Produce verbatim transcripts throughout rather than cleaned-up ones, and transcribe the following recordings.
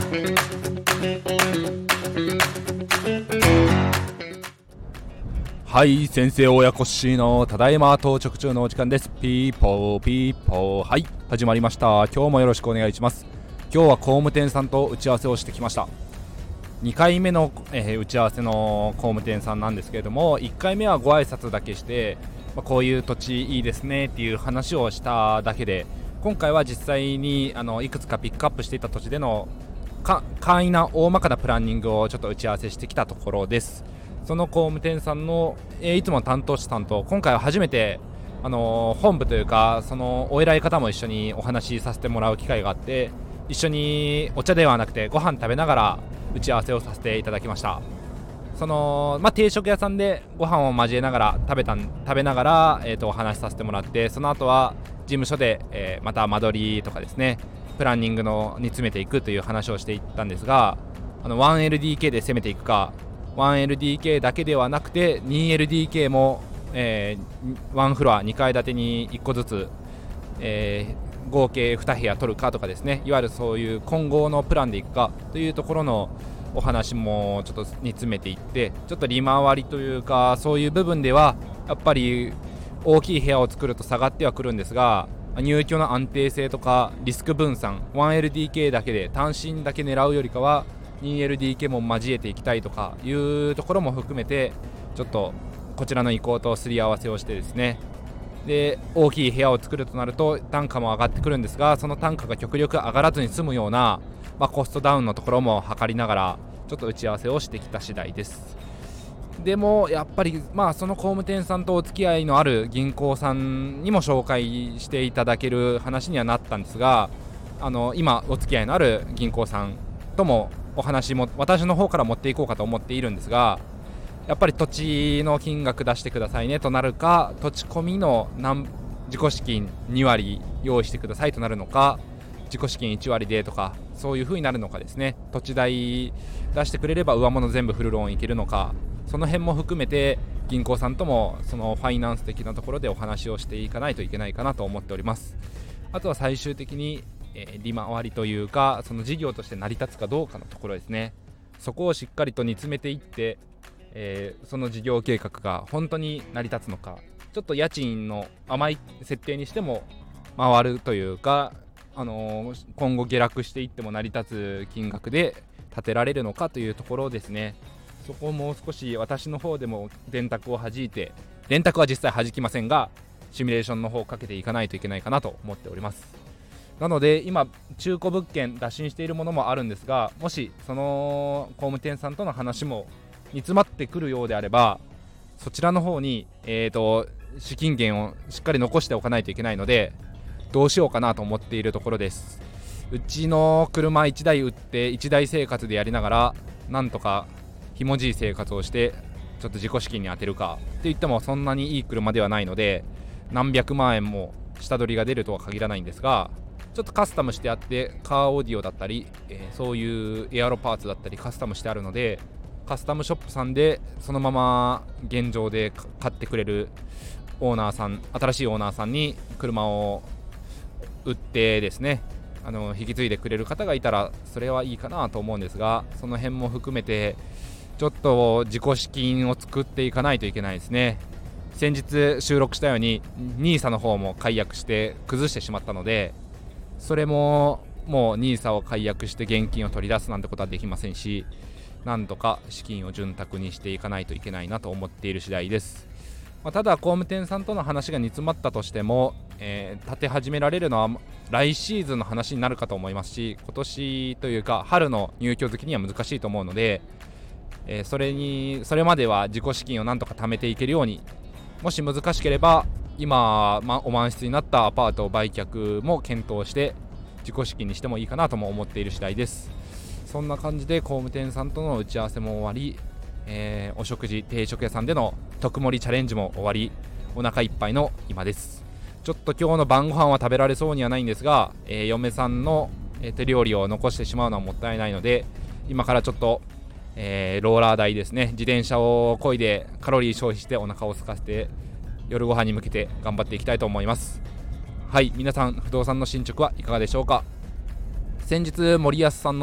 はい、先生親子しのただいま到着中のお時間です。ピーポーピーポー、はい、始まりました。今日もよろしくお願いします。今日は工務店さんと打ち合わせをしてきました。にかいめの、えー、打ち合わせの工務店さんなんですけれども、いっかいめはご挨拶だけして、まあ、こういう土地いいですねっていう話をしただけで、今回は実際にあのいくつかピックアップしていた土地でのか簡易な大まかなプランニングをちょっと打ち合わせしてきたところです。その工務店さんの、えー、いつもの担当者さんと今回は初めて、あのー、本部というかそのお偉い方も一緒にお話しさせてもらう機会があって、一緒にお茶ではなくてご飯食べながら打ち合わせをさせていただきました。その、まあ、定食屋さんでご飯を交えながら食べたん食べながら、えー、とお話しさせてもらって、その後は事務所で、えー、また間取りとかですね、プランニングのに詰めていくという話をしていったんですが、あの ワンエルディーケー で攻めていくか、ワンエルディーケー だけではなくて ツーエルディーケー も、えー、ワンフロアにかい建てにいっこずつ、えー、合計に部屋取るかとかですね、いわゆるそういう今後のプランでいくかというところのお話もちょっと煮詰めていって、ちょっと利回りというかそういう部分ではやっぱり大きい部屋を作ると下がってはくるんですが、入居の安定性とかリスク分散、 ワンエルディーケー だけで単身だけ狙うよりかは ツーエルディーケー も交えていきたいとかいうところも含めて、ちょっとこちらの意向とすり合わせをしてですね、で大きい部屋を作るとなると単価も上がってくるんですが、その単価が極力上がらずに済むような、まあ、コストダウンのところも図りながらちょっと打ち合わせをしてきた次第です。でもやっぱり、まあ、その工務店さんとお付き合いのある銀行さんにも紹介していただける話にはなったんですが、あの今お付き合いのある銀行さんともお話も私の方から持っていこうかと思っているんですが、やっぱり土地の金額出してくださいねとなるか、土地込みの自己資金にわり用意してくださいとなるのか、自己資金いちわりでとかそういう風になるのかですね、土地代出してくれれば上物全部フルローンいけるのか、その辺も含めて銀行さんともそのファイナンス的なところでお話をしていかないといけないかなと思っております。あとは最終的に、えー、利回りというかその事業として成り立つかどうかのところですね。そこをしっかりと煮詰めていって、えー、その事業計画が本当に成り立つのか、ちょっと家賃の甘い設定にしても回るというか、あのー、今後下落していっても成り立つ金額で建てられるのかというところですね。そこをもう少し私の方でも電卓を弾いて、電卓は実際弾きませんがシミュレーションの方をかけていかないといけないかなと思っております。なので今中古物件打診しているものもあるんですが、もしその工務店さんとの話も煮詰まってくるようであれば、そちらの方に、えーと資金源をしっかり残しておかないといけないので、どうしようかなと思っているところです。うちの車いちだい売っていちだい生活でやりながらなんとかひもじい生活をしてちょっと自己資金に充てるかって言ってもそんなにいい車ではないので、何百万円も下取りが出るとは限らないんですが、ちょっとカスタムしてあってカーオーディオだったり、えー、そういうエアロパーツだったりカスタムしてあるので、カスタムショップさんでそのまま現状で買ってくれるオーナーさん、新しいオーナーさんに車を売ってですね、あの引き継いでくれる方がいたらそれはいいかなと思うんですが、その辺も含めてちょっと自己資金を作っていかないといけないですね。先日収録したように ニーサ の方も解約して崩してしまったので、それももう ニーサ を解約して現金を取り出すなんてことはできませんし、なんとか資金を潤沢にしていかないといけないなと思っている次第です。まあ、ただ工務店さんとの話が煮詰まったとしても、えー、建て始められるのは来シーズンの話になるかと思いますし、今年というか春の入居月には難しいと思うので、えー、それにそれまでは自己資金をなんとか貯めていけるように、もし難しければ今、ま、お満室になったアパートを売却も検討して自己資金にしてもいいかなとも思っている次第です。そんな感じで工務店さんとの打ち合わせも終わり、えー、お食事定食屋さんでの特盛りチャレンジも終わり、お腹いっぱいの今です。ちょっと今日の晩ご飯は食べられそうにはないんですが、えー、嫁さんの、えー、手料理を残してしまうのはもったいないので、今からちょっと、えー、ローラー台ですね、自転車を漕いでカロリー消費してお腹を空かせて夜ご飯に向けて頑張っていきたいと思います。はい、皆さん不動産の進捗はいかがでしょうか。先日森保さんの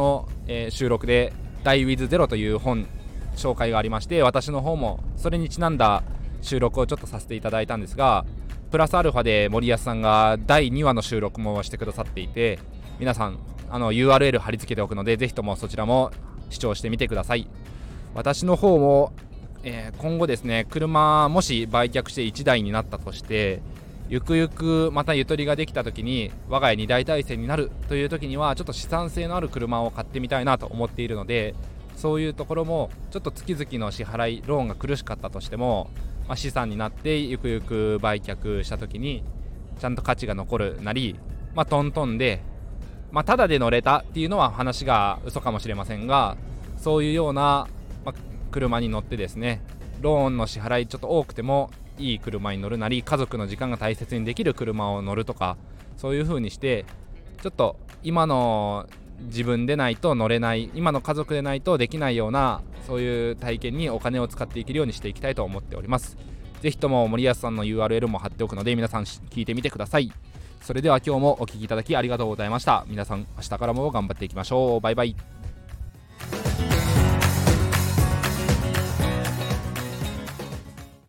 えー収録で Die with Zero という本紹介がありまして、私の方もそれにちなんだ収録をちょっとさせていただいたんですが、プラスアルファで森保さんがだいにわの収録もしてくださっていて、皆さんあの ユーアールエル 貼り付けておくので、ぜひともそちらも視聴してみてください。私の方も、えー今後ですね、車もし売却していちだいになったとして、ゆくゆくまたゆとりができた時に我が家に大体制になるという時には、ちょっと資産性のある車を買ってみたいなと思っているので、そういうところもちょっと月々の支払いローンが苦しかったとしても、まあ、資産になってゆくゆく売却した時にちゃんと価値が残るなり、まあ、トントンで、まあ、ただで乗れたっていうのは話が嘘かもしれませんが、そういうような、まあ、車に乗ってですね、ローンの支払いちょっと多くてもいい車に乗るなり、家族の時間が大切にできる車を乗るとか、そういう風にしてちょっと今の自分でないと乗れない、今の家族でないとできないような、そういう体験にお金を使っていけるようにしていきたいと思っております。ぜひとも森保さんの ユーアールエル も貼っておくので、皆さん聞いてみてください。それでは今日もお聞きいただきありがとうございました。皆さん明日からも頑張っていきましょう。バイバイ。